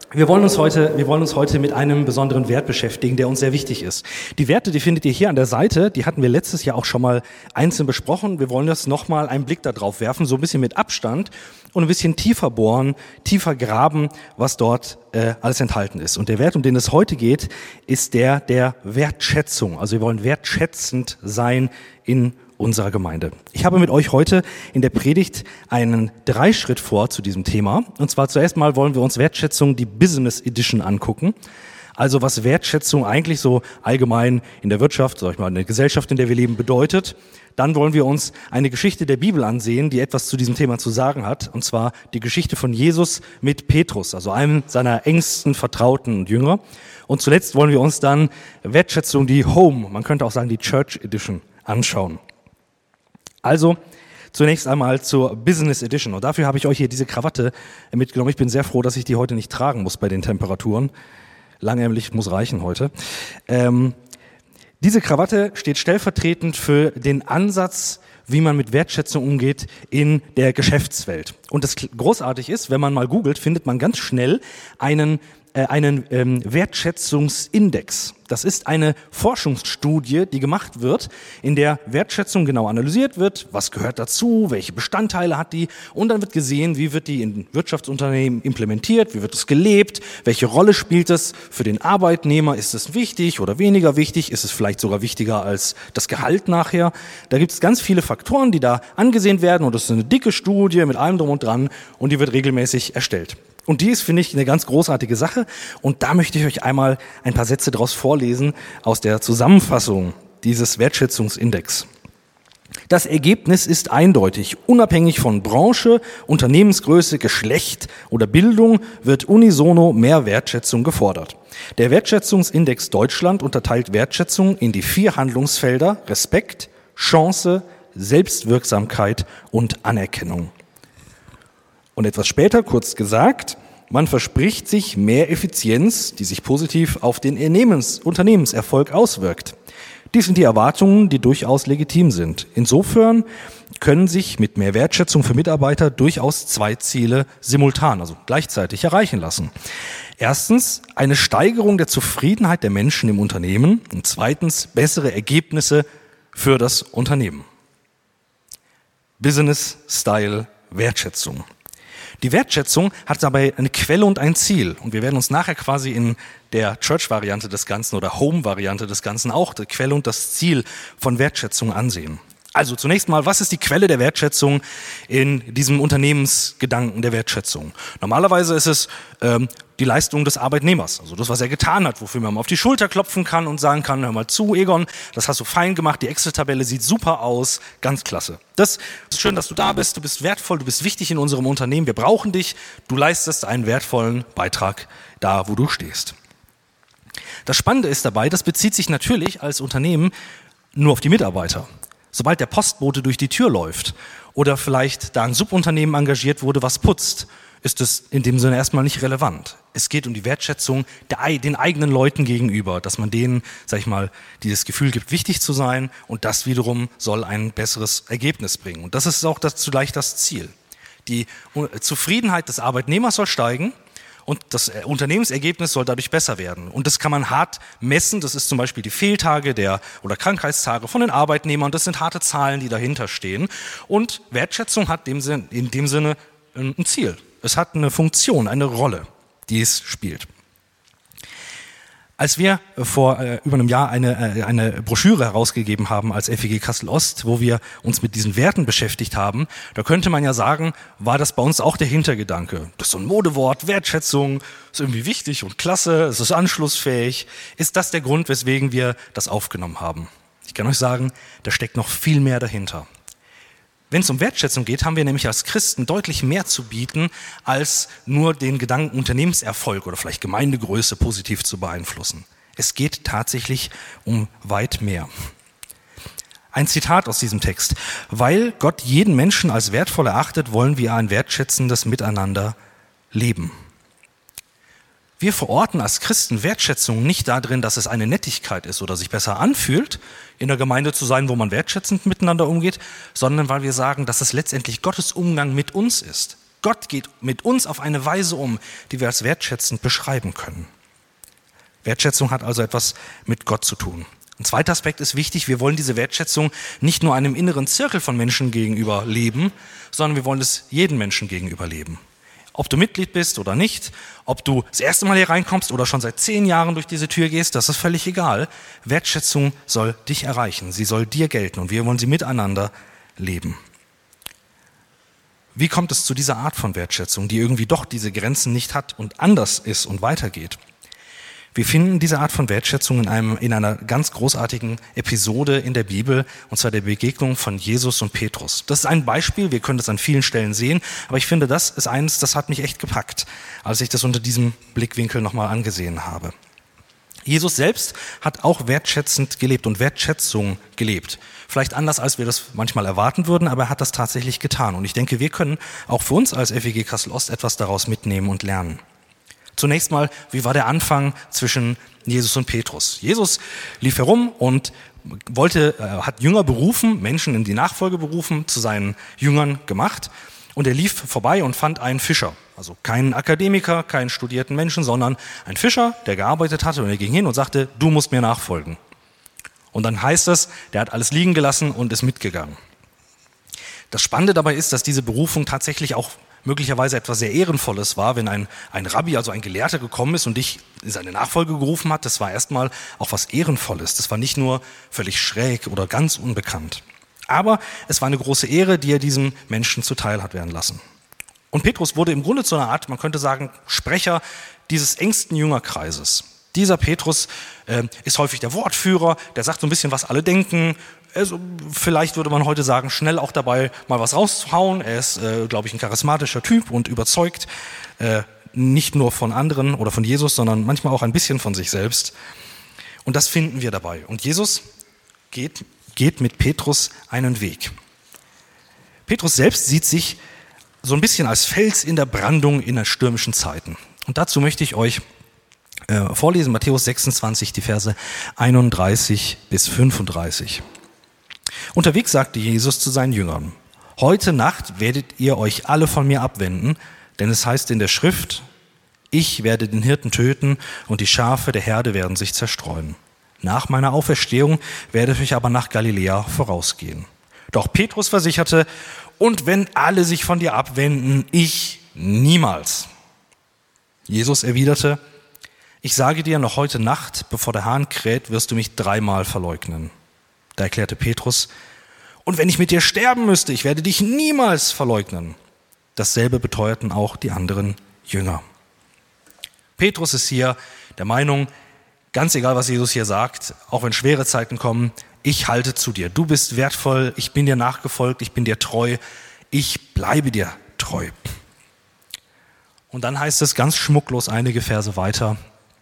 Wir wollen uns heute mit einem besonderen Wert beschäftigen, der uns sehr wichtig ist. Die Werte, die findet ihr hier an der Seite, die hatten wir letztes Jahr auch schon mal einzeln besprochen. Wir wollen jetzt nochmal einen Blick da drauf werfen, so ein bisschen mit Abstand und ein bisschen tiefer bohren, tiefer graben, was dort alles enthalten ist. Und der Wert, um den es heute geht, ist der der Wertschätzung. Also wir wollen wertschätzend sein in unserer Gemeinde. Ich habe mit euch heute in der Predigt einen 3-Schritt vor zu diesem Thema. Und zwar zuerst mal wollen wir uns Wertschätzung, die Business Edition, angucken. Also was Wertschätzung eigentlich so allgemein in der Wirtschaft, sag ich mal, in der Gesellschaft, in der wir leben, bedeutet. Dann wollen wir uns eine Geschichte der Bibel ansehen, die etwas zu diesem Thema zu sagen hat. Und zwar die Geschichte von Jesus mit Petrus, also einem seiner engsten Vertrauten und Jünger. Und zuletzt wollen wir uns dann Wertschätzung, die Home, man könnte auch sagen die Church Edition, anschauen. Also zunächst einmal zur Business Edition. Und dafür habe ich euch hier diese Krawatte mitgenommen. Ich bin sehr froh, dass ich die heute nicht tragen muss bei den Temperaturen. Langärmlich muss reichen heute. Diese Krawatte steht stellvertretend für den Ansatz, wie man mit Wertschätzung umgeht in der Geschäftswelt. Und das großartig ist, wenn man mal googelt, findet man ganz schnell einen Wertschätzungsindex. Das ist eine Forschungsstudie, die gemacht wird, in der Wertschätzung genau analysiert wird, was gehört dazu, welche Bestandteile hat die, und dann wird gesehen, wie wird die in Wirtschaftsunternehmen implementiert, wie wird es gelebt, welche Rolle spielt es für den Arbeitnehmer, ist es wichtig oder weniger wichtig, ist es vielleicht sogar wichtiger als das Gehalt nachher. Da gibt es ganz viele Faktoren, die da angesehen werden, und das ist eine dicke Studie mit allem drum und dran, und die wird regelmäßig erstellt. Und die ist, finde ich, eine ganz großartige Sache. Und da möchte ich euch einmal ein paar Sätze daraus vorlesen aus der Zusammenfassung dieses Wertschätzungsindex. Das Ergebnis ist eindeutig. Unabhängig von Branche, Unternehmensgröße, Geschlecht oder Bildung wird unisono mehr Wertschätzung gefordert. Der Wertschätzungsindex Deutschland unterteilt Wertschätzung in die 4 Handlungsfelder: Respekt, Chance, Selbstwirksamkeit und Anerkennung. Und etwas später, kurz gesagt, man verspricht sich mehr Effizienz, die sich positiv auf den Unternehmenserfolg auswirkt. Dies sind die Erwartungen, die durchaus legitim sind. Insofern können sich mit mehr Wertschätzung für Mitarbeiter durchaus 2 Ziele simultan, also gleichzeitig, erreichen lassen. Erstens eine Steigerung der Zufriedenheit der Menschen im Unternehmen und zweitens bessere Ergebnisse für das Unternehmen. Business Style Wertschätzung. Die Wertschätzung hat dabei eine Quelle und ein Ziel. Und wir werden uns nachher quasi in der Church-Variante des Ganzen oder Home-Variante des Ganzen auch die Quelle und das Ziel von Wertschätzung ansehen. Also zunächst mal, was ist die Quelle der Wertschätzung in diesem Unternehmensgedanken der Wertschätzung? Normalerweise ist es die Leistung des Arbeitnehmers, also das, was er getan hat, wofür man auf die Schulter klopfen kann und sagen kann, hör mal zu, Egon, das hast du fein gemacht, die Excel-Tabelle sieht super aus, ganz klasse. Das ist schön, dass du da bist, du bist wertvoll, du bist wichtig in unserem Unternehmen, wir brauchen dich, du leistest einen wertvollen Beitrag da, wo du stehst. Das Spannende ist dabei, das bezieht sich natürlich als Unternehmen nur auf die Mitarbeiter. Sobald der Postbote durch die Tür läuft oder vielleicht da ein Subunternehmen engagiert wurde, was putzt, ist es in dem Sinne erstmal nicht relevant. Es geht um die Wertschätzung den eigenen Leuten gegenüber, dass man denen, sag ich mal, dieses Gefühl gibt, wichtig zu sein, und das wiederum soll ein besseres Ergebnis bringen. Und das ist auch zugleich das Ziel. Die Zufriedenheit des Arbeitnehmers soll steigen und das Unternehmensergebnis soll dadurch besser werden. Und das kann man hart messen. Das ist zum Beispiel die Fehltage oder Krankheitstage von den Arbeitnehmern. Das sind harte Zahlen, die dahinter stehen. Und Wertschätzung hat in dem Sinne ein Ziel. Es hat eine Funktion, eine Rolle, die es spielt. Als wir vor über einem Jahr eine Broschüre herausgegeben haben als FEG Kassel Ost, wo wir uns mit diesen Werten beschäftigt haben, da könnte man ja sagen, war das bei uns auch der Hintergedanke. Das ist so ein Modewort, Wertschätzung, ist irgendwie wichtig und klasse, es ist anschlussfähig. Ist das der Grund, weswegen wir das aufgenommen haben? Ich kann euch sagen, da steckt noch viel mehr dahinter. Wenn es um Wertschätzung geht, haben wir nämlich als Christen deutlich mehr zu bieten, als nur den Gedanken Unternehmenserfolg oder vielleicht Gemeindegröße positiv zu beeinflussen. Es geht tatsächlich um weit mehr. Ein Zitat aus diesem Text. Weil Gott jeden Menschen als wertvoll erachtet, wollen wir ein wertschätzendes Miteinander leben. Wir verorten als Christen Wertschätzung nicht darin, dass es eine Nettigkeit ist oder sich besser anfühlt, in der Gemeinde zu sein, wo man wertschätzend miteinander umgeht, sondern weil wir sagen, dass es letztendlich Gottes Umgang mit uns ist. Gott geht mit uns auf eine Weise um, die wir als wertschätzend beschreiben können. Wertschätzung hat also etwas mit Gott zu tun. Ein zweiter Aspekt ist wichtig, wir wollen diese Wertschätzung nicht nur einem inneren Zirkel von Menschen gegenüber leben, sondern wir wollen es jedem Menschen gegenüber leben. Ob du Mitglied bist oder nicht, ob du das erste Mal hier reinkommst oder schon seit 10 Jahren durch diese Tür gehst, das ist völlig egal. Wertschätzung soll dich erreichen, sie soll dir gelten und wir wollen sie miteinander leben. Wie kommt es zu dieser Art von Wertschätzung, die irgendwie doch diese Grenzen nicht hat und anders ist und weitergeht? Wir finden diese Art von Wertschätzung in einer ganz großartigen Episode in der Bibel, und zwar der Begegnung von Jesus und Petrus. Das ist ein Beispiel, wir können das an vielen Stellen sehen, aber ich finde, das ist eins, das hat mich echt gepackt, als ich das unter diesem Blickwinkel nochmal angesehen habe. Jesus selbst hat auch wertschätzend gelebt und Wertschätzung gelebt. Vielleicht anders, als wir das manchmal erwarten würden, aber er hat das tatsächlich getan. Und ich denke, wir können auch für uns als FEG Kassel-Ost etwas daraus mitnehmen und lernen. Zunächst mal, wie war der Anfang zwischen Jesus und Petrus? Jesus lief herum und hat Jünger berufen, Menschen in die Nachfolge berufen, zu seinen Jüngern gemacht. Und er lief vorbei und fand einen Fischer. Also keinen Akademiker, keinen studierten Menschen, sondern einen Fischer, der gearbeitet hatte. Und er ging hin und sagte, du musst mir nachfolgen. Und dann heißt es, der hat alles liegen gelassen und ist mitgegangen. Das Spannende dabei ist, dass diese Berufung tatsächlich auch möglicherweise etwas sehr Ehrenvolles war, wenn ein Rabbi, also ein Gelehrter gekommen ist und dich in seine Nachfolge gerufen hat. Das war erstmal auch was Ehrenvolles. Das war nicht nur völlig schräg oder ganz unbekannt. Aber es war eine große Ehre, die er diesem Menschen zuteil hat werden lassen. Und Petrus wurde im Grunde zu einer Art, man könnte sagen, Sprecher dieses engsten Jüngerkreises. Dieser Petrus ist häufig der Wortführer, der sagt so ein bisschen, was alle denken. Also vielleicht würde man heute sagen, schnell auch dabei mal was rauszuhauen. Er ist, glaube ich, ein charismatischer Typ und überzeugt nicht nur von anderen oder von Jesus, sondern manchmal auch ein bisschen von sich selbst. Und das finden wir dabei. Und Jesus geht mit Petrus einen Weg. Petrus selbst sieht sich so ein bisschen als Fels in der Brandung in stürmischen Zeiten. Und dazu möchte ich euch vorlesen, Matthäus 26, die Verse 31 bis 35. Unterwegs sagte Jesus zu seinen Jüngern, heute Nacht werdet ihr euch alle von mir abwenden, denn es heißt in der Schrift, ich werde den Hirten töten und die Schafe der Herde werden sich zerstreuen. Nach meiner Auferstehung werde ich euch aber nach Galiläa vorausgehen. Doch Petrus versicherte, und wenn alle sich von dir abwenden, ich niemals. Jesus erwiderte, ich sage dir, noch heute Nacht, bevor der Hahn kräht, wirst du mich 3-mal verleugnen. Da erklärte Petrus, und wenn ich mit dir sterben müsste, ich werde dich niemals verleugnen. Dasselbe beteuerten auch die anderen Jünger. Petrus ist hier der Meinung, ganz egal, was Jesus hier sagt, auch wenn schwere Zeiten kommen, ich halte zu dir. Du bist wertvoll, ich bin dir nachgefolgt, ich bin dir treu, ich bleibe dir treu. Und dann heißt es ganz schmucklos einige Verse weiter,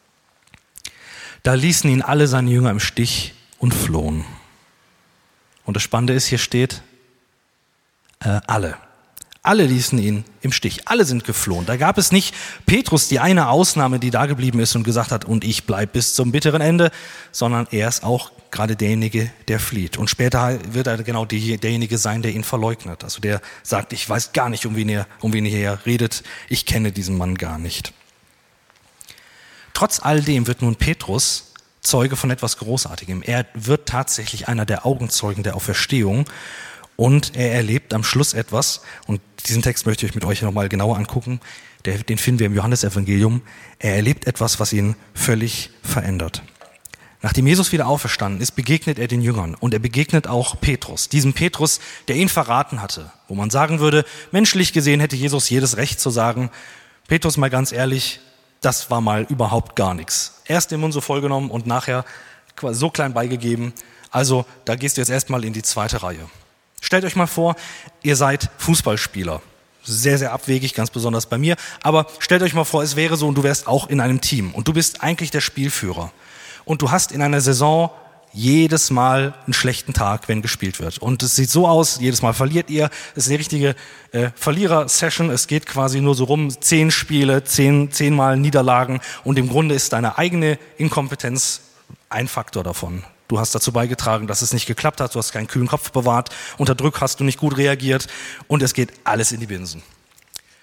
da ließen ihn alle seine Jünger im Stich und flohen. Und das Spannende ist, hier steht, alle. Alle ließen ihn im Stich, alle sind geflohen. Da gab es nicht Petrus, die eine Ausnahme, die da geblieben ist und gesagt hat, und ich bleibe bis zum bitteren Ende, sondern er ist auch gerade derjenige, der flieht. Und später wird er genau derjenige sein, der ihn verleugnet. Also der sagt, ich weiß gar nicht, um wen ihr hier redet, ich kenne diesen Mann gar nicht. Trotz all dem wird nun Petrus Zeuge von etwas Großartigem. Er wird tatsächlich einer der Augenzeugen der Auferstehung und er erlebt am Schluss etwas, und diesen Text möchte ich mit euch nochmal genauer angucken, den finden wir im Johannesevangelium. Er erlebt etwas, was ihn völlig verändert. Nachdem Jesus wieder auferstanden ist, begegnet er den Jüngern und er begegnet auch Petrus, diesem Petrus, der ihn verraten hatte, wo man sagen würde, menschlich gesehen hätte Jesus jedes Recht zu sagen, Petrus, mal ganz ehrlich, das war mal überhaupt gar nichts. Erst den Mund so vollgenommen und nachher so klein beigegeben. Also da gehst du jetzt erstmal in die zweite Reihe. Stellt euch mal vor, ihr seid Fußballspieler. Sehr, sehr abwegig, ganz besonders bei mir. Aber stellt euch mal vor, es wäre so und du wärst auch in einem Team. Und du bist eigentlich der Spielführer. Und du hast in einer Saison jedes Mal einen schlechten Tag, wenn gespielt wird. Und es sieht so aus, jedes Mal verliert ihr. Es ist eine richtige Verlierer-Session. Es geht quasi nur so rum, 10 Spiele, 10 Mal Niederlagen. Und im Grunde ist deine eigene Inkompetenz ein Faktor davon. Du hast dazu beigetragen, dass es nicht geklappt hat. Du hast keinen kühlen Kopf bewahrt. Unter Druck hast du nicht gut reagiert. Und es geht alles in die Binsen.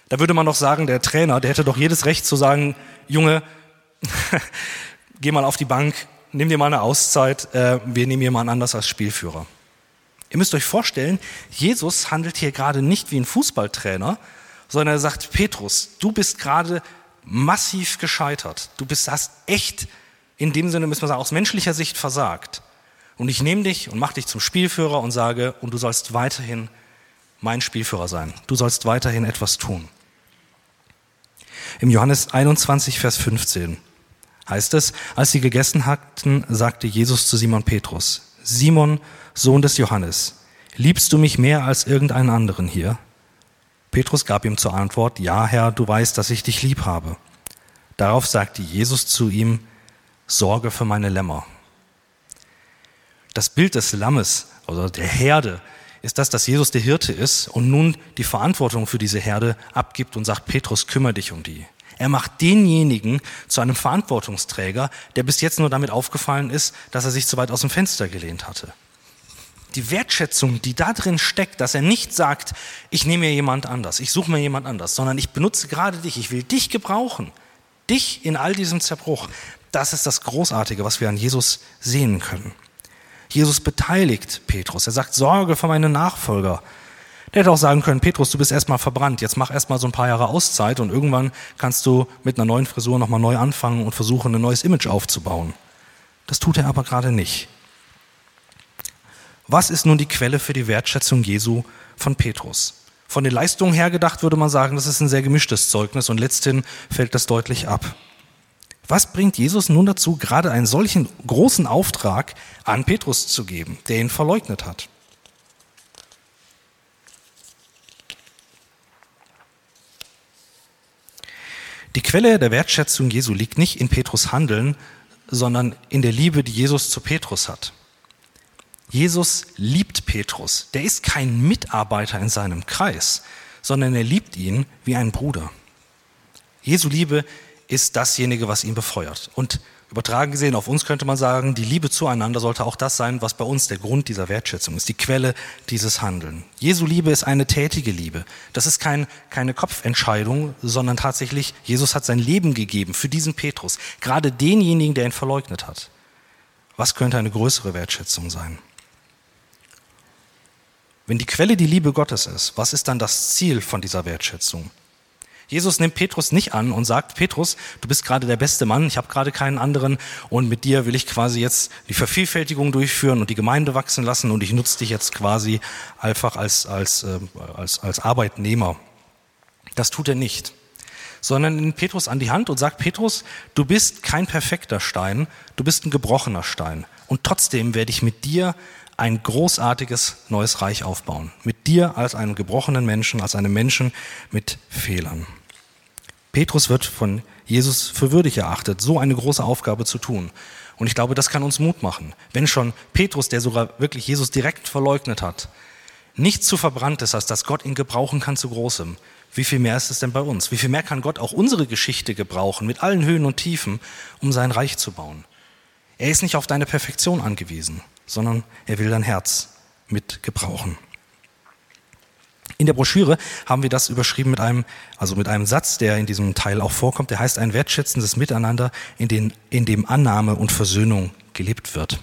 Da würde man doch sagen, der Trainer, der hätte doch jedes Recht zu sagen, Junge, geh mal auf die Bank, nimm dir mal eine Auszeit, wir nehmen jemanden anders als Spielführer. Ihr müsst euch vorstellen, Jesus handelt hier gerade nicht wie ein Fußballtrainer, sondern er sagt, Petrus, du bist gerade massiv gescheitert. Hast echt, in dem Sinne müssen wir sagen, aus menschlicher Sicht versagt. Und ich nehme dich und mache dich zum Spielführer und sage, und du sollst weiterhin mein Spielführer sein. Du sollst weiterhin etwas tun. Im Johannes 21, Vers 15 heißt es, als sie gegessen hatten, sagte Jesus zu Simon Petrus, Simon, Sohn des Johannes, liebst du mich mehr als irgendeinen anderen hier? Petrus gab ihm zur Antwort, ja, Herr, du weißt, dass ich dich lieb habe. Darauf sagte Jesus zu ihm, sorge für meine Lämmer. Das Bild des Lammes oder der Herde ist das, dass Jesus der Hirte ist und nun die Verantwortung für diese Herde abgibt und sagt, Petrus, kümmere dich um die. Er macht denjenigen zu einem Verantwortungsträger, der bis jetzt nur damit aufgefallen ist, dass er sich zu weit aus dem Fenster gelehnt hatte. Die Wertschätzung, die da drin steckt, dass er nicht sagt, ich nehme mir jemand anders, ich suche mir jemand anders, sondern ich benutze gerade dich, ich will dich gebrauchen, dich in all diesem Zerbruch. Das ist das Großartige, was wir an Jesus sehen können. Jesus beteiligt Petrus. Er sagt, sorge für meine Nachfolger. Der hätte auch sagen können, Petrus, du bist erstmal verbrannt, jetzt mach erstmal so ein paar Jahre Auszeit und irgendwann kannst du mit einer neuen Frisur nochmal neu anfangen und versuchen, ein neues Image aufzubauen. Das tut er aber gerade nicht. Was ist nun die Quelle für die Wertschätzung Jesu von Petrus? Von den Leistungen her gedacht würde man sagen, das ist ein sehr gemischtes Zeugnis und letzthin fällt das deutlich ab. Was bringt Jesus nun dazu, gerade einen solchen großen Auftrag an Petrus zu geben, der ihn verleugnet hat? Die Quelle der Wertschätzung Jesu liegt nicht in Petrus' Handeln, sondern in der Liebe, die Jesus zu Petrus hat. Jesus liebt Petrus. Der ist kein Mitarbeiter in seinem Kreis, sondern er liebt ihn wie ein Bruder. Jesu Liebe ist dasjenige, was ihn befeuert. Und übertragen gesehen auf uns könnte man sagen, die Liebe zueinander sollte auch das sein, was bei uns der Grund dieser Wertschätzung ist, die Quelle dieses Handeln. Jesu Liebe ist eine tätige Liebe. Das ist keine Kopfentscheidung, sondern tatsächlich, Jesus hat sein Leben gegeben für diesen Petrus, gerade denjenigen, der ihn verleugnet hat. Was könnte eine größere Wertschätzung sein? Wenn die Quelle die Liebe Gottes ist, was ist dann das Ziel von dieser Wertschätzung? Jesus nimmt Petrus nicht an und sagt, Petrus, du bist gerade der beste Mann, ich habe gerade keinen anderen und mit dir will ich quasi jetzt die Vervielfältigung durchführen und die Gemeinde wachsen lassen und ich nutze dich jetzt quasi einfach als Arbeitnehmer. Das tut er nicht, sondern nimmt Petrus an die Hand und sagt, Petrus, du bist kein perfekter Stein, du bist ein gebrochener Stein und trotzdem werde ich mit dir ein großartiges neues Reich aufbauen. Mit dir als einem gebrochenen Menschen, als einem Menschen mit Fehlern. Petrus wird von Jesus für würdig erachtet, so eine große Aufgabe zu tun. Und ich glaube, das kann uns Mut machen. Wenn schon Petrus, der sogar wirklich Jesus direkt verleugnet hat, nicht zu verbrannt ist, als dass Gott ihn gebrauchen kann zu Großem, wie viel mehr ist es denn bei uns? Wie viel mehr kann Gott auch unsere Geschichte gebrauchen, mit allen Höhen und Tiefen, um sein Reich zu bauen? Er ist nicht auf deine Perfektion angewiesen, sondern er will dein Herz mit gebrauchen. In der Broschüre haben wir das überschrieben mit einem Satz, der in diesem Teil auch vorkommt, der heißt ein wertschätzendes Miteinander, in dem Annahme und Versöhnung gelebt wird.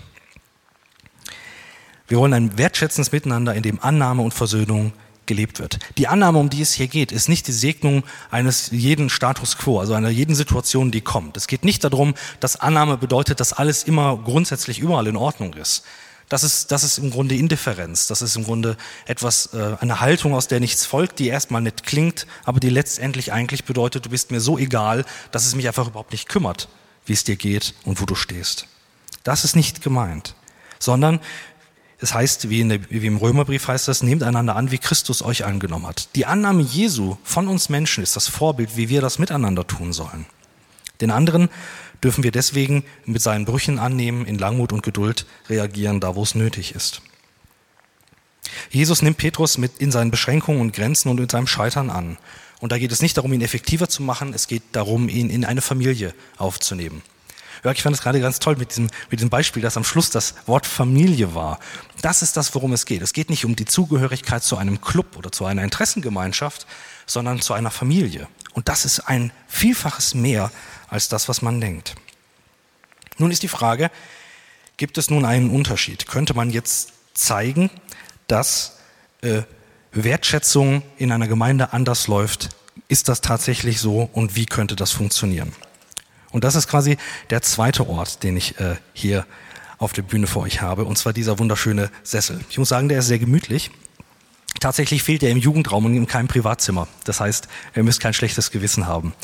Wir wollen ein wertschätzendes Miteinander, in dem Annahme und Versöhnung gelebt wird. Die Annahme, um die es hier geht, ist nicht die Segnung eines jeden Status quo, also einer jeden Situation, die kommt. Es geht nicht darum, dass Annahme bedeutet, dass alles immer grundsätzlich überall in Ordnung ist. Das ist im Grunde Indifferenz. Das ist im Grunde eine Haltung, aus der nichts folgt, die erstmal nett klingt, aber die letztendlich eigentlich bedeutet, du bist mir so egal, dass es mich einfach überhaupt nicht kümmert, wie es dir geht und wo du stehst. Das ist nicht gemeint, sondern es heißt, wie im Römerbrief heißt das, nehmt einander an, wie Christus euch angenommen hat. Die Annahme Jesu von uns Menschen ist das Vorbild, wie wir das miteinander tun sollen. Den anderen dürfen wir deswegen mit seinen Brüchen annehmen, in Langmut und Geduld reagieren, da wo es nötig ist. Jesus nimmt Petrus mit in seinen Beschränkungen und Grenzen und in seinem Scheitern an. Und da geht es nicht darum, ihn effektiver zu machen, es geht darum, ihn in eine Familie aufzunehmen. Jörg, ich fand es gerade ganz toll mit diesem Beispiel, dass am Schluss das Wort Familie war. Das ist das, worum es geht. Es geht nicht um die Zugehörigkeit zu einem Club oder zu einer Interessengemeinschaft, sondern zu einer Familie. Und das ist ein Vielfaches mehr als das, was man denkt. Nun ist die Frage, gibt es nun einen Unterschied? Könnte man jetzt zeigen, dass Wertschätzung in einer Gemeinde anders läuft? Ist das tatsächlich so und wie könnte das funktionieren? Und das ist quasi der zweite Ort, den ich hier auf der Bühne für euch habe, und zwar dieser wunderschöne Sessel. Ich muss sagen, der ist sehr gemütlich. Tatsächlich fehlt er im Jugendraum und in keinem Privatzimmer. Das heißt, ihr müsst kein schlechtes Gewissen haben.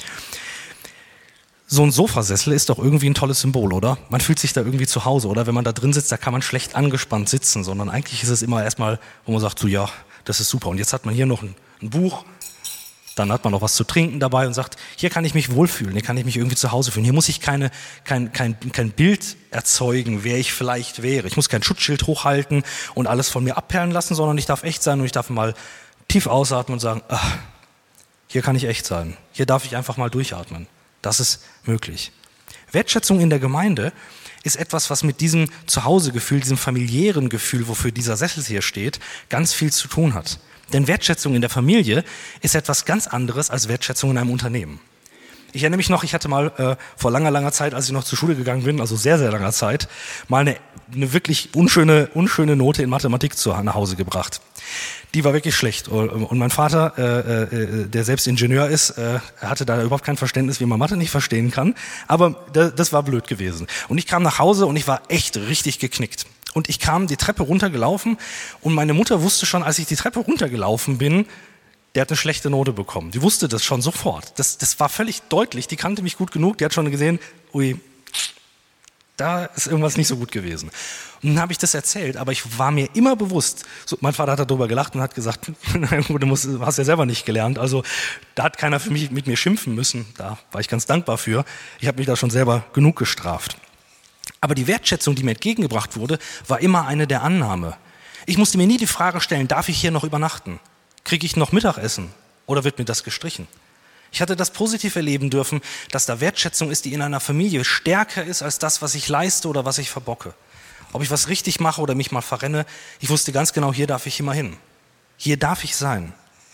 So ein Sofasessel ist doch irgendwie ein tolles Symbol, oder? Man fühlt sich da irgendwie zu Hause, oder? Wenn man da drin sitzt, da kann man schlecht angespannt sitzen, sondern eigentlich ist es immer erstmal, wo man sagt, so ja, das ist super. Und jetzt hat man hier noch ein Buch, dann hat man noch was zu trinken dabei und sagt, hier kann ich mich wohlfühlen, hier kann ich mich irgendwie zu Hause fühlen. Hier muss ich kein Bild erzeugen, wer ich vielleicht wäre. Ich muss kein Schutzschild hochhalten und alles von mir abperlen lassen, sondern ich darf echt sein und ich darf mal tief ausatmen und sagen, ach, hier kann ich echt sein. Hier darf ich einfach mal durchatmen. Das ist möglich. Wertschätzung in der Gemeinde ist etwas, was mit diesem Zuhausegefühl, diesem familiären Gefühl, wofür dieser Sessel hier steht, ganz viel zu tun hat. Denn Wertschätzung in der Familie ist etwas ganz anderes als Wertschätzung in einem Unternehmen. Ich erinnere mich noch, ich hatte mal vor langer Zeit, als ich noch zur Schule gegangen bin, also sehr, sehr langer Zeit, mal eine wirklich unschöne Note in Mathematik nach Hause gebracht. Die war wirklich schlecht. Und mein Vater, der selbst Ingenieur ist, hatte da überhaupt kein Verständnis, wie man Mathe nicht verstehen kann. Aber das war blöd gewesen. Und ich kam nach Hause und ich war echt richtig geknickt. Und ich kam die Treppe runtergelaufen und meine Mutter wusste schon, als ich die Treppe runtergelaufen bin, der hat eine schlechte Note bekommen. Die wusste das schon sofort. Das war völlig deutlich, die kannte mich gut genug, die hat schon gesehen, ui, da ist irgendwas nicht so gut gewesen. Und dann habe ich das erzählt, aber ich war mir immer bewusst, mein Vater hat darüber gelacht und hat gesagt, du hast ja selber nicht gelernt, also da hat keiner für mich mit mir schimpfen müssen, da war ich ganz dankbar für. Ich habe mich da schon selber genug gestraft. Aber die Wertschätzung, die mir entgegengebracht wurde, war immer eine der Annahme. Ich musste mir nie die Frage stellen, darf ich hier noch übernachten? Kriege ich noch Mittagessen? Oder wird mir das gestrichen? Ich hatte das positiv erleben dürfen, dass da Wertschätzung ist, die in einer Familie stärker ist als das, was ich leiste oder was ich verbocke. Ob ich was richtig mache oder mich mal verrenne, ich wusste ganz genau, hier darf ich immer hin. Hier darf ich sein.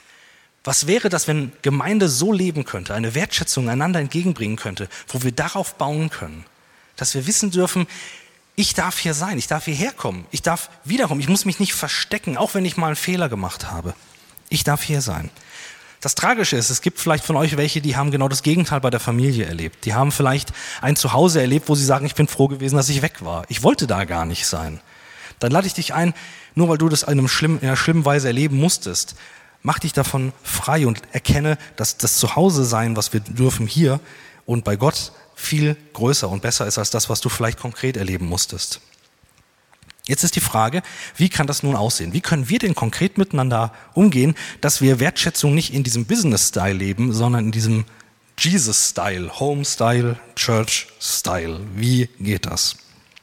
Was wäre das, wenn Gemeinde so leben könnte, eine Wertschätzung einander entgegenbringen könnte, wo wir darauf bauen können? Dass wir wissen dürfen, ich darf hier sein, ich darf hierher kommen, ich darf wiederkommen, ich muss mich nicht verstecken, auch wenn ich mal einen Fehler gemacht habe. Ich darf hier sein. Das Tragische ist, es gibt vielleicht von euch welche, die haben genau das Gegenteil bei der Familie erlebt. Die haben vielleicht ein Zuhause erlebt, wo sie sagen, ich bin froh gewesen, dass ich weg war. Ich wollte da gar nicht sein. Dann lade ich dich ein, nur weil du das in einer schlimmen Weise erleben musstest, mach dich davon frei und erkenne, dass das Zuhause-Sein, was wir dürfen hier und bei Gott, viel größer und besser ist als das, was du vielleicht konkret erleben musstest. Jetzt ist die Frage, wie kann das nun aussehen? Wie können wir denn konkret miteinander umgehen, dass wir Wertschätzung nicht in diesem Business-Style leben, sondern in diesem Jesus-Style, Home-Style, Church-Style? Wie geht das?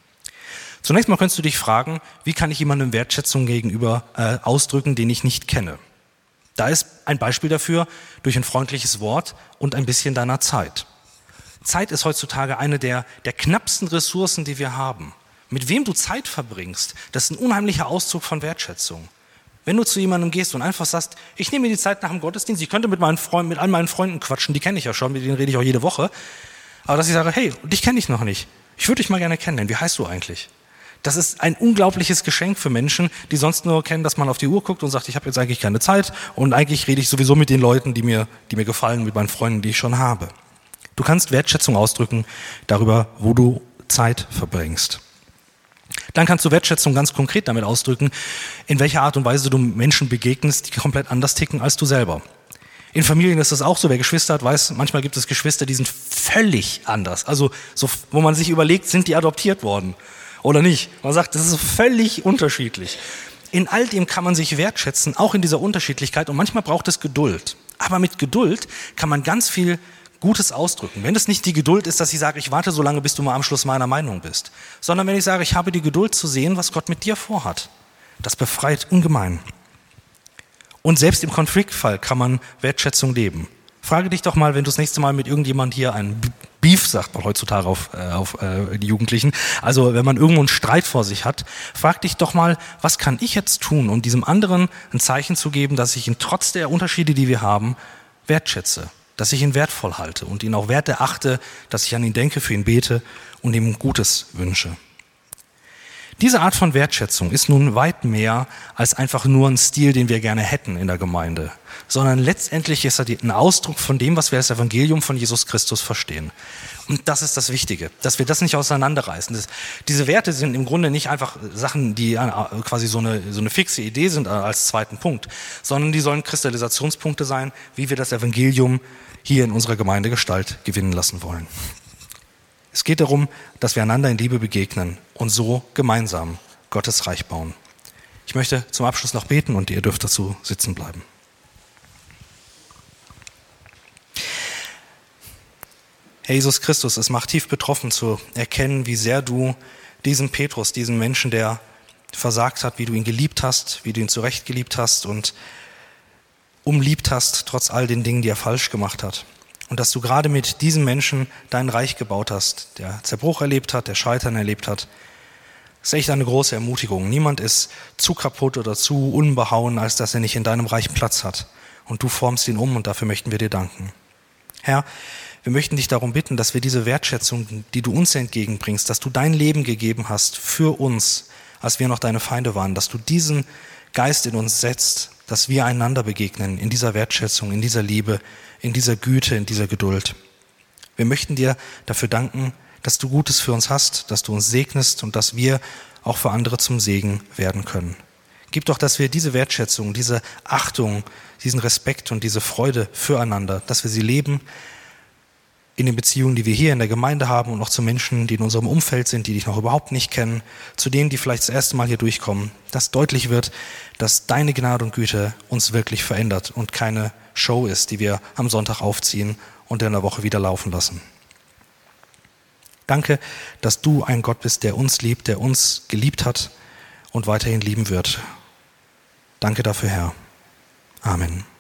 Zunächst mal könntest du dich fragen, wie kann ich jemandem Wertschätzung gegenüber ausdrücken, den ich nicht kenne? Da ist ein Beispiel dafür durch ein freundliches Wort und ein bisschen deiner Zeit. Zeit ist heutzutage eine der knappsten Ressourcen, die wir haben. Mit wem du Zeit verbringst, das ist ein unheimlicher Ausdruck von Wertschätzung. Wenn du zu jemandem gehst und einfach sagst, ich nehme mir die Zeit nach dem Gottesdienst, ich könnte mit all meinen Freunden quatschen, die kenne ich ja schon, mit denen rede ich auch jede Woche, aber dass ich sage, hey, dich kenne ich noch nicht, ich würde dich mal gerne kennenlernen, wie heißt du eigentlich? Das ist ein unglaubliches Geschenk für Menschen, die sonst nur kennen, dass man auf die Uhr guckt und sagt, ich habe jetzt eigentlich keine Zeit und eigentlich rede ich sowieso mit den Leuten, die mir gefallen, mit meinen Freunden, die ich schon habe. Du kannst Wertschätzung ausdrücken darüber, wo du Zeit verbringst. Dann kannst du Wertschätzung ganz konkret damit ausdrücken, in welcher Art und Weise du Menschen begegnest, die komplett anders ticken als du selber. In Familien ist das auch so, wer Geschwister hat, weiß, manchmal gibt es Geschwister, die sind völlig anders. Also so, wo man sich überlegt, sind die adoptiert worden oder nicht? Man sagt, das ist völlig unterschiedlich. In all dem kann man sich wertschätzen, auch in dieser Unterschiedlichkeit, und manchmal braucht es Geduld. Aber mit Geduld kann man ganz viel Gutes ausdrücken. Wenn es nicht die Geduld ist, dass ich sage, ich warte so lange, bis du mal am Schluss meiner Meinung bist, sondern wenn ich sage, ich habe die Geduld zu sehen, was Gott mit dir vorhat. Das befreit ungemein. Und selbst im Konfliktfall kann man Wertschätzung leben. Frage dich doch mal, wenn du das nächste Mal mit irgendjemand hier einen Beef, sagt man heutzutage auf die Jugendlichen. Also wenn man irgendwo einen Streit vor sich hat, frag dich doch mal, was kann ich jetzt tun, um diesem anderen ein Zeichen zu geben, dass ich ihn trotz der Unterschiede, die wir haben, wertschätze, dass ich ihn wertvoll halte und ihn auch wert erachte, dass ich an ihn denke, für ihn bete und ihm Gutes wünsche. Diese Art von Wertschätzung ist nun weit mehr als einfach nur ein Stil, den wir gerne hätten in der Gemeinde, sondern letztendlich ist er ein Ausdruck von dem, was wir als Evangelium von Jesus Christus verstehen. Und das ist das Wichtige, dass wir das nicht auseinanderreißen. Diese Werte sind im Grunde nicht einfach Sachen, die quasi so eine fixe Idee sind als zweiten Punkt, sondern die sollen Kristallisationspunkte sein, wie wir das Evangelium hier in unserer Gemeinde Gestalt gewinnen lassen wollen. Es geht darum, dass wir einander in Liebe begegnen und so gemeinsam Gottes Reich bauen. Ich möchte zum Abschluss noch beten und ihr dürft dazu sitzen bleiben. Herr Jesus Christus, es macht tief betroffen zu erkennen, wie sehr du diesen Petrus, diesen Menschen, der versagt hat, wie du ihn geliebt hast, wie du ihn zurecht geliebt hast und umliebt hast, trotz all den Dingen, die er falsch gemacht hat. Und dass du gerade mit diesem Menschen dein Reich gebaut hast, der Zerbruch erlebt hat, der Scheitern erlebt hat. Das ist echt eine große Ermutigung. Niemand ist zu kaputt oder zu unbehauen, als dass er nicht in deinem Reich Platz hat. Und du formst ihn um und dafür möchten wir dir danken. Herr, wir möchten dich darum bitten, dass wir diese Wertschätzung, die du uns entgegenbringst, dass du dein Leben gegeben hast für uns, als wir noch deine Feinde waren, dass du diesen Geist in uns setzt, dass wir einander begegnen in dieser Wertschätzung, in dieser Liebe, in dieser Güte, in dieser Geduld. Wir möchten dir dafür danken, dass du Gutes für uns hast, dass du uns segnest und dass wir auch für andere zum Segen werden können. Gib doch, dass wir diese Wertschätzung, diese Achtung, diesen Respekt und diese Freude füreinander, dass wir sie leben in den Beziehungen, die wir hier in der Gemeinde haben und auch zu Menschen, die in unserem Umfeld sind, die dich noch überhaupt nicht kennen, zu denen, die vielleicht das erste Mal hier durchkommen, dass deutlich wird, dass deine Gnade und Güte uns wirklich verändert und keine Show ist, die wir am Sonntag aufziehen und in der Woche wieder laufen lassen. Danke, dass du ein Gott bist, der uns liebt, der uns geliebt hat und weiterhin lieben wird. Danke dafür, Herr. Amen.